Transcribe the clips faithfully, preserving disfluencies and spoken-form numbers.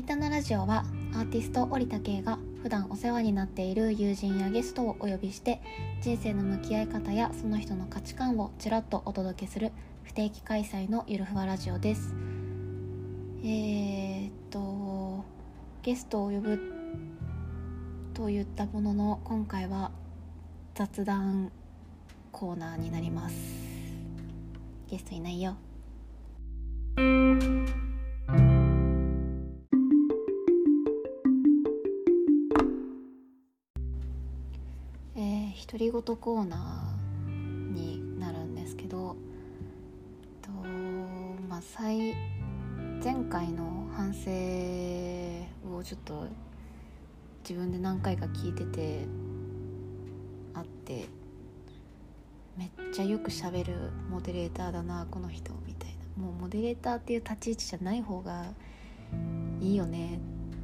たなラジオはアーティスト織田圭が普段お世話になっている友人やゲストをお呼びして人生の向き合い方やその人の価値観をちらっとお届けする不定期開催のゆるふわラジオです。えーっとゲストを呼ぶと言ったものの今回は雑談コーナーになります。ゲストいないよ。えー、独り言コーナーになるんですけど、とまあ、最前回の反省をちょっと自分で何回か聞いててあって、めっちゃよく喋るモデレーターだなこの人みたいな、もうモデレーターっていう立ち位置じゃない方がいいよね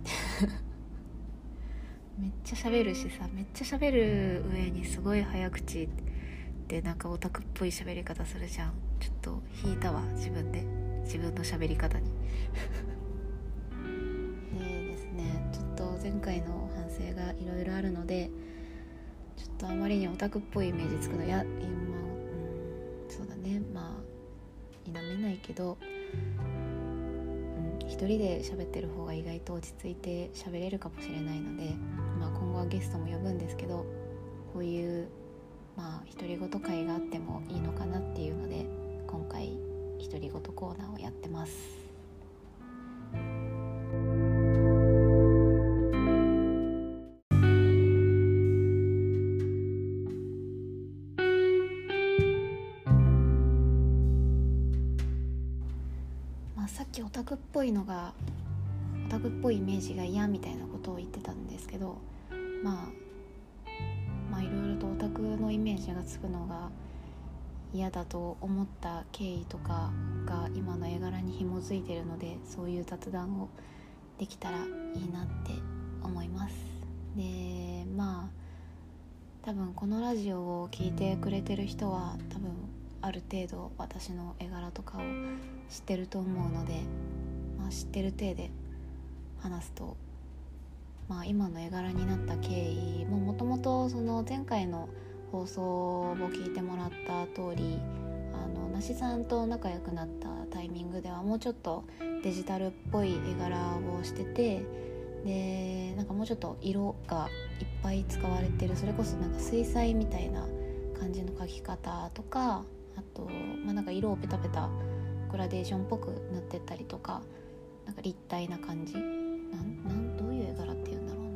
めっちゃ喋るしさ、めっちゃ喋る上にすごい早口でなんかオタクっぽい喋り方するじゃん。ちょっと引いたわ自分で、自分の喋り方にでですね、ちょっと前回の反省がいろいろあるので、ちょっとあまりにオタクっぽいイメージつくのや、今、うん、そうだね、まあ否めないけど、うん、一人で喋ってる方が意外と落ち着いて喋れるかもしれないので、まあ、今後はゲストも呼ぶんですけど、こういうまあ独り言会があってもいいのかなっていうので、今回独り言コーナーをやってます。まあ、さっきオタクっぽいのがオタクっぽいイメージが嫌みたいなことを言ってたんですけど、まあまあいろいろとオタクのイメージがつくのが嫌だと思った経緯とかが今の絵柄に紐づいているので、そういう雑談をできたらいいなって思います。で、まあ多分このラジオを聞いてくれてる人は多分ある程度私の絵柄とかを知ってると思うので、まあ、知ってる体で話すと、まあ、今の絵柄になった経緯ももともとその前回の放送を聞いてもらった通り、あのなしさんと仲良くなったタイミングではもうちょっとデジタルっぽい絵柄をしてて、でなんかもうちょっと色がいっぱい使われてる、それこそなんか水彩みたいな感じの描き方とか、あと、まあ、なんか色をペタペタグラデーションっぽく塗ってったりとか、なんか立体な感じ、なんなんどういう絵柄っていうんだろうな、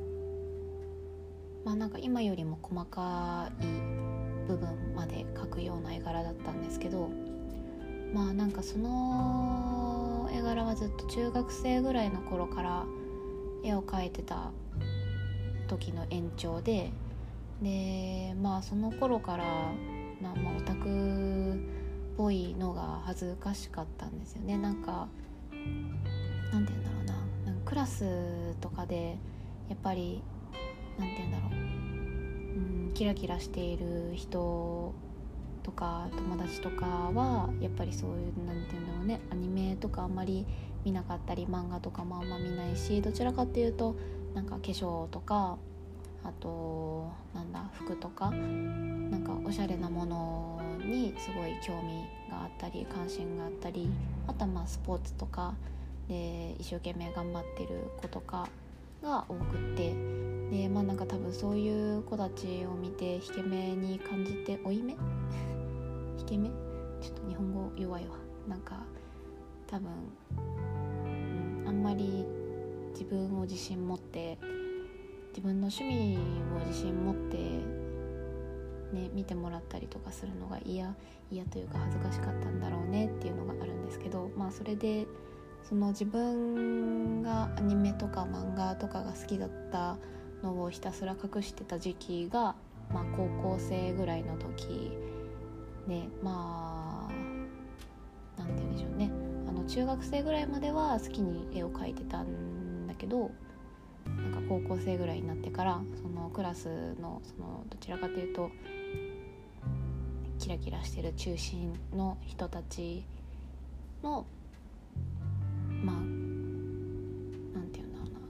まあなんか今よりも細かい部分まで描くような絵柄だったんですけど、まあなんかその絵柄はずっと中学生ぐらいの頃から絵を描いてた時の延長で、でまあその頃からな、まあ、オタクっぽいのが恥ずかしかったんですよね。なんかなんて言うんだろうな、なんかクラスとかでやっぱりなんて言うんだろう、うん、キラキラしている人とか友達とかはやっぱりそういうなんて言うんだろうね、アニメとかあんまり見なかったり、漫画とかもあんま見ないし、どちらかっていうとなんか化粧とか、あとなんだ服とか、なんかおしゃれなものにすごい興味があったり関心があったり、あとはまあスポーツとかで一生懸命頑張ってる子とかが多くって、でまあなんか多分そういう子たちを見て引け目に感じて、負い目引け目ちょっと日本語弱いわ、なんか多分、うん、あんまり自分を自信持って自分の趣味を自信持ってね見てもらったりとかするのが嫌嫌というか恥ずかしかったんだろうねっていうのがあるんですけど、まあそれでその自分がアニメとか漫画とかが好きだったのをひたすら隠してた時期が、まあ、高校生ぐらいの時で、まあなんて言うんでしょうね、あの中学生ぐらいまでは好きに絵を描いてたんだけど、なんか高校生ぐらいになってからそのクラスのそのどちらかというとキラキラしてる中心の人たちのまあなん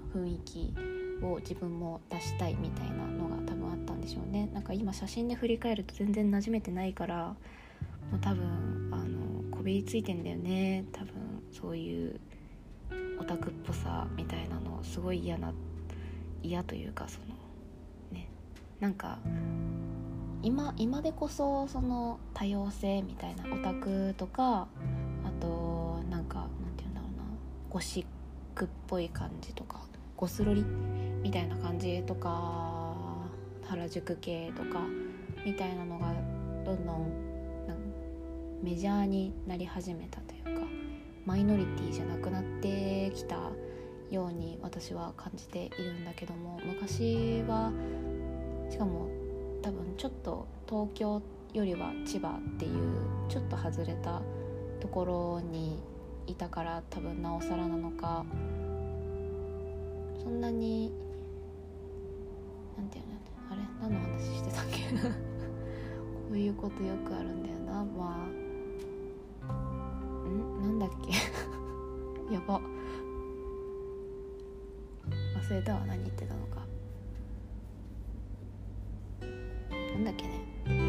雰囲気を自分も出したいみたいなのが多分あったんでしょうね。なんか今写真で振り返ると全然馴染めてないから、もう多分あのこびりついてんだよね。多分そういうオタクっぽさみたいなのすごい嫌な嫌というか、そのね、なんか今今でこそその多様性みたいなオタクとか、あとなんかなんていうんだろうな、ゴシックっぽい感じとか、ゴスロリみたいな感じとか、原宿系とかみたいなのがどんどんメジャーになり始めたというか、マイノリティじゃなくなってきたように私は感じているんだけども、昔はしかも多分ちょっと東京よりは千葉っていうちょっと外れたところにいたから、多分なおさらなのか、そんなになんていうの、あれ何の話してたっけこういうことよくあるんだよな。まあんなんだっけやば忘れたわ、何言ってたのか。なんだっけね。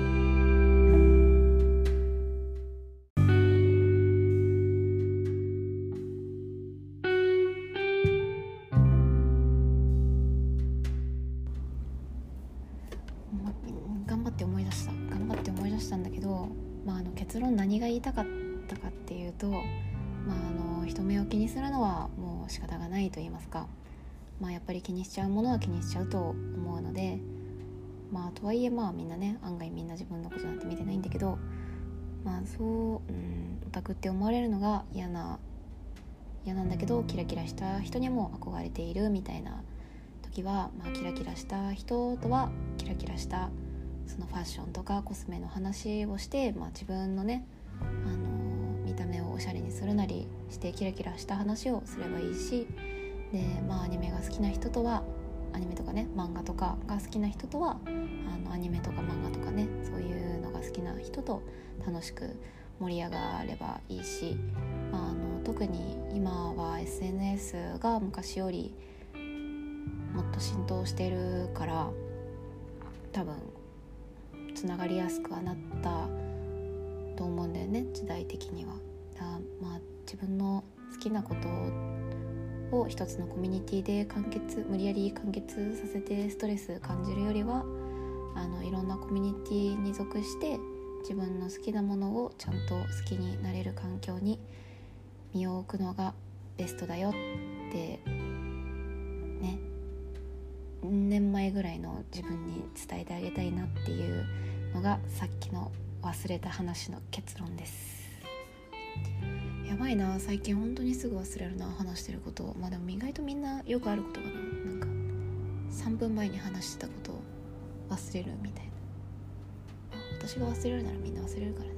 頑張って思い出した頑張って思い出したんだけど、まあ、あの結論何が言いたかったかっていうと、まあ、あの人目を気にするのはもう仕方がないと言いますか、まあ、やっぱり気にしちゃうものは気にしちゃうと思うので、まあとはいえまあみんなね、案外みんな自分のことなんて見てないんだけど、まあそう、うん、オタクって思われるのが嫌な嫌なんだけど、キラキラした人にも憧れているみたいな時は、まあ、キラキラした人とはキラキラしたそのファッションとかコスメの話をして、まあ、自分のね、あのー、見た目をおしゃれにするなりしてキラキラした話をすればいいし、で、まあ、アニメが好きな人とはアニメとかね、漫画とかが好きな人とはあのアニメとか漫画とかね、そういうのが好きな人と楽しく盛り上がればいいし、まあ、あの特に今は エスエヌエス が昔よりもっと浸透してるから、多分つながりやすくはなったと思うんだよね、時代的には。だまあ自分の好きなことを一つのコミュニティで完結無理やり完結させてストレス感じるよりは、あのいろんなコミュニティに属して自分の好きなものをちゃんと好きになれる環境に身を置くのがベストだよってね、年前ぐらいの自分に伝えてあげたいなっていうのがさっきの忘れた話の結論です。やばいな、最近本当にすぐ忘れるな、話してること。まあでも意外とみんなよくあることかな。なんかさんぷんまえに話してたことを忘れるみたいな。私が忘れるならみんな忘れるからね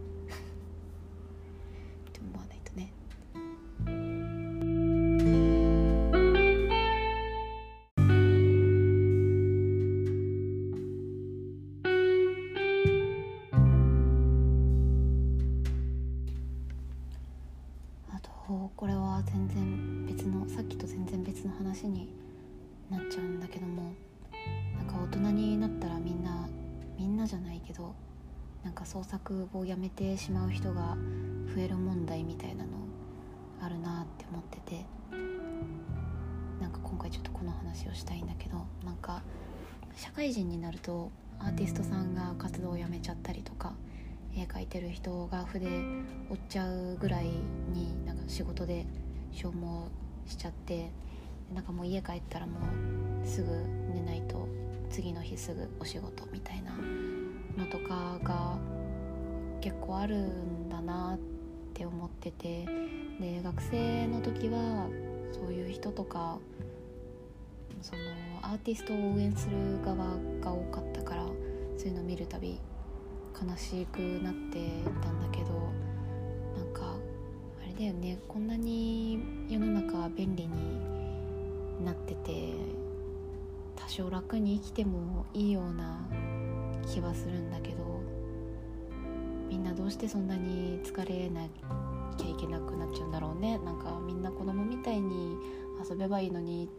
って思わないとね。これは全然別のさっきと全然別の話になっちゃうんだけども、なんか大人になったらみんなみんなじゃないけど、なんか創作をやめてしまう人が増える問題みたいなのあるなって思ってて、なんか今回ちょっとこの話をしたいんだけど、なんか社会人になるとアーティストさんが活動をやめちゃったりとか、絵描いてる人が筆折っちゃうぐらいになんか仕事で消耗しちゃって、なんかもう家帰ったらもうすぐ寝ないと次の日すぐお仕事みたいなのとかが結構あるんだなって思ってて、で学生の時はそういう人とかそのアーティストを応援する側が多かったから、そういうのを見るたび悲しくなってたんだけど、なんかあれだよね、こんなに世の中便利になってて多少楽に生きてもいいような気はするんだけど、みんなどうしてそんなに疲れなきゃいけなくなっちゃうんだろうね。なんかみんな子供みたいに遊べばいいのにっ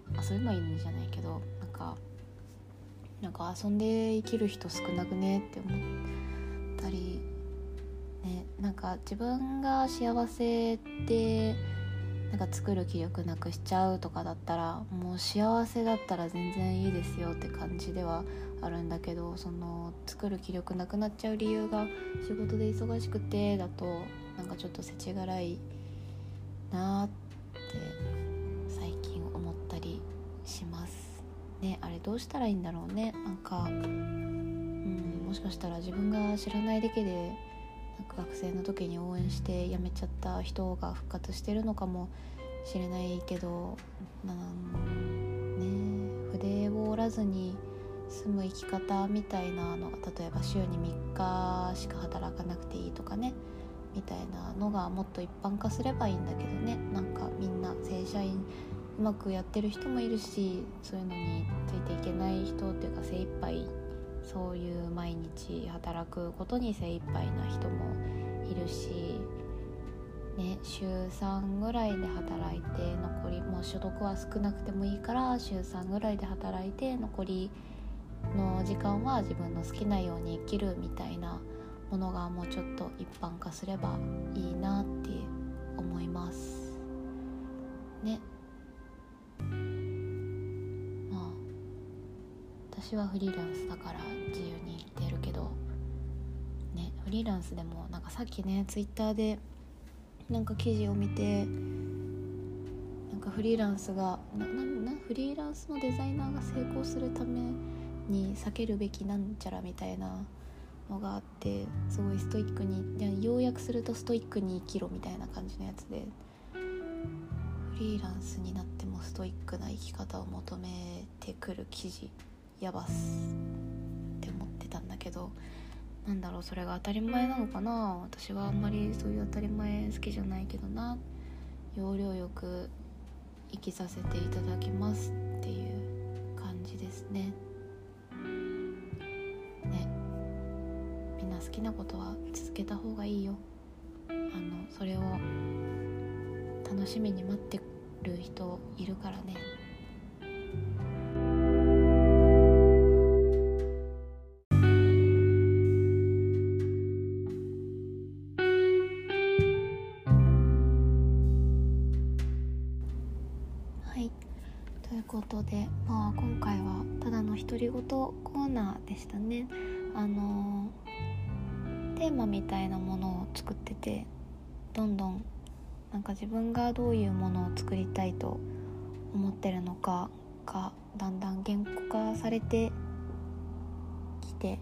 遊べばいいのにじゃないけど、なんかなんか遊んで生きる人少なくねって思ったりね。なんか自分が幸せってなんか作る気力なくしちゃうとかだったら、もう幸せだったら全然いいですよって感じではあるんだけど、その作る気力なくなっちゃう理由が仕事で忙しくてだと、なんかちょっと世知辛いなって最近思ったりしますね。あれどうしたらいいんだろうね。なんか、うん、もしかしたら自分が知らないだけでなんか学生の時に応援して辞めちゃった人が復活してるのかもしれないけど、なんね、筆を折らずに済む生き方みたいなのが、例えば週にみっかしか働かなくていいとかね、みたいなのがもっと一般化すればいいんだけどね。なんかみんな正社員うまくやってる人もいるし、そういうのについていけない人っていうか、精一杯そういう毎日働くことに精一杯な人もいるし、ね、週さんぐらいで働いて残り、もう所得は少なくてもいいから週さんぐらいで働いて残りの時間は自分の好きなように生きるみたいなものがもうちょっと一般化すればいいなって思いますね。まあ私はフリーランスだから自由に生きてるけどね、フリーランスでもなんかさっきねツイッターでなんか記事を見て、なんかフリーランスがなななフリーランスのデザイナーが成功するために避けるべきなんちゃらみたいなのがあって、すごいストイックに、要約するとストイックに生きろみたいな感じのやつで、フリーランスになってもストイックな生き方を求めてくる記事やばっすって思ってたんだけど、なんだろう、それが当たり前なのかな。私はあんまりそういう当たり前好きじゃないけどな。要領よく生きさせていただきますっていう感じですね。ね、みんな好きなことは続けた方がいいよ。あのそれを楽しみに待ってる人いるからね。はい、ということで、まあ、今回はただの独り言コーナーでしたね。あのテーマみたいなものを作ってて、どんどんなんか自分がどういうものを作りたいと思ってるのかがだんだん言語化されてきて、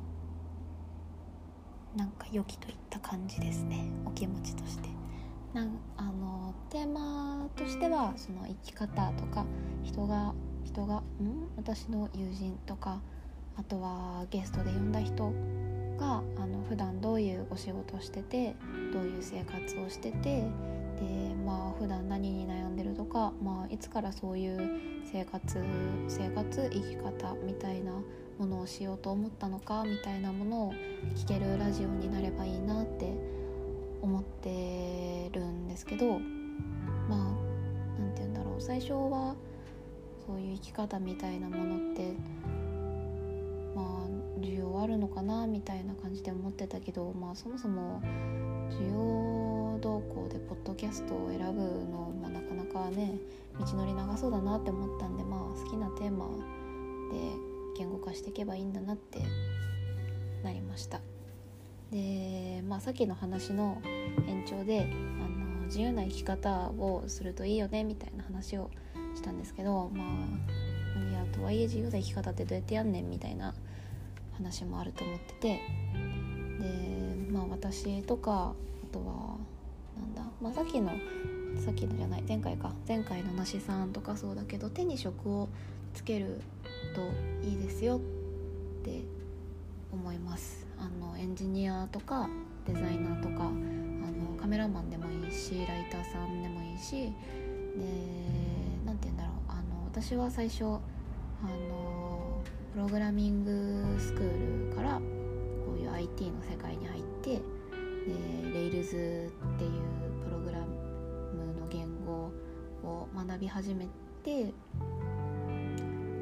なんか良きといった感じですね、お気持ちとして。なんあのテーマとしてはその生き方とか、人が人がん私の友人とか、あとはゲストで呼んだ人があの普段どういうお仕事をしてて、どういう生活をしてて、でまあ普段何に悩んでるとか、まあいつからそういう生活生活生き方みたいなものをしようと思ったのかみたいなものを聞けるラジオになればいいなって思ってるんですけど、まあなんて言うんだろう、最初はそういう生き方みたいなものってまあ需要あるのかなみたいな感じで思ってたけど、まあそもそも需要動向でポッドキャストを選ぶのもなかなかね道のり長そうだなって思ったんで、まあ好きなテーマで言語化していけばいいんだなってなりました。で、まあ、さっきの話の延長であの自由な生き方をするといいよねみたいな話をしたんですけど、まあいやとはいえ自由な生き方ってどうやってやんねんみたいな話もあると思ってて、で、まあ、私とかあとはなんだ、まあ、さっきのさっきのじゃない前回か前回のなしさんとかそうだけど、手に職をつけるといいですよって思います。あのエンジニアとかデザイナーとかあのカメラマンでもいいし、ライターさんでもいいし、でなんて言うんだろう、あの私は最初あのプログラミングスクールからこういう アイティー の世界に入って、で Rails っていうプログラムの言語を学び始めて、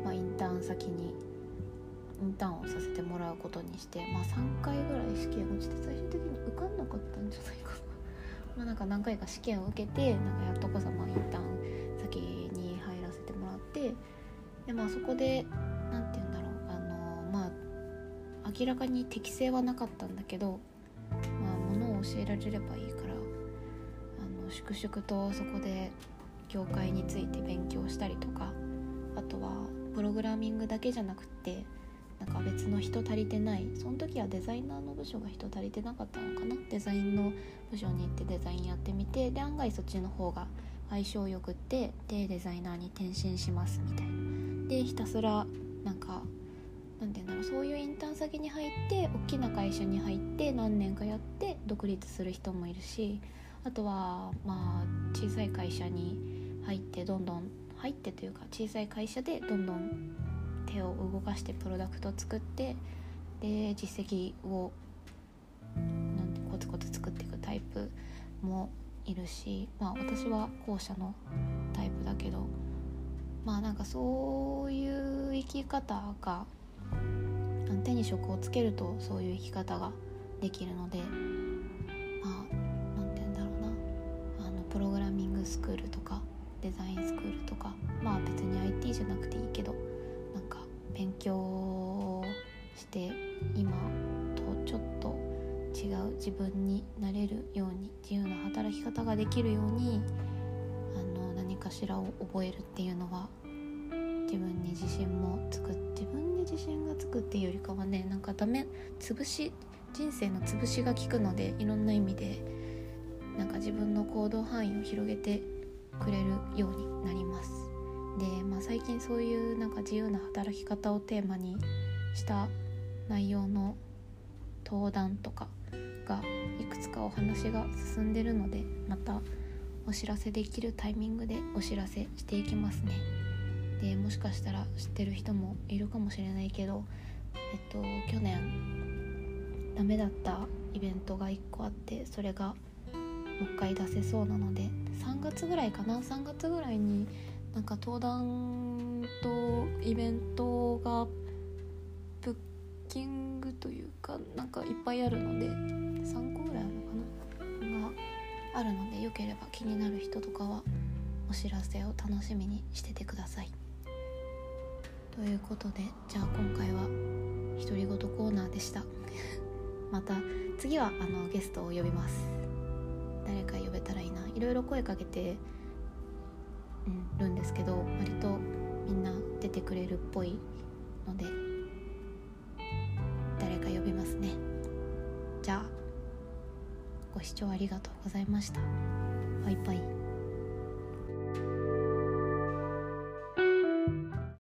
まあ、インターン先にインターンをさせてもらうことにして、まあ、さんかいぐらい試験落ちて最終的に受かんなかったんじゃないかなまあなんか何回か試験を受けて、なんかやっとこそまあインターン先に入らせてもらって、でまあそこでなんて言うんだろう、あのまあ明らかに適性はなかったんだけど、まあ物を教えられればいいから、あの粛々とそこで業界について勉強したりとか、あとはプログラミングだけじゃなくってなんか別の人足りてない、その時はデザイナーの部署が人足りてなかったのかな、デザインの部署に行ってデザインやってみて、で案外そっちの方が相性よくって、でデザイナーに転身しますみたいな、でひたすらなんかなんていうんだろう、そういうインターン先に入って大きな会社に入って何年かやって独立する人もいるし、あとはまあ小さい会社に入ってどんどん入ってというか小さい会社でどんどん手を動かしてプロダクトを作って、で実績をなんてコツコツ作っていくタイプもいるし、まあ私は後者のタイプだけど、まあなんかそういう生き方が手に職をつけるとそういう生き方ができるので、まあなんて言うんだろうな、あのプログラミングスクールとかデザインスクールとか、まあ別に アイティー じゃなくていいけど、なんか勉強して今とちょっと違う自分になれるように、自由な働き方ができるように、あの何かしらを覚えるっていうのは自分に自信もつく、自分に自信がつくっていうよりかはね、なんかダメ潰し人生の潰しが効くので、いろんな意味でなんか自分の行動範囲を広げてくれるようになります。で、まあ、最近そういうなんか自由な働き方をテーマにした内容の登壇とかがいくつかお話が進んでるので、またお知らせできるタイミングでお知らせしていきますね。でもしかしたら知ってる人もいるかもしれないけど、えっと去年ダメだったイベントがいっこあって、それがもう一回出せそうなので、さんがつぐらいかな、さんがつぐらいになんか登壇とイベントがブッキングというかなんかいっぱいあるので、さんこぐらいあるのかながあるので、よければ気になる人とかはお知らせを楽しみにしててください。ということで、じゃあ今回は独り言コーナーでしたまた次はあのゲストを呼びます。誰か呼べたらいいな。いろいろ声かけて、うん、るんですけど、割とみんな出てくれるっぽいので誰か呼びますね。じゃあご視聴ありがとうございました。バイバイ。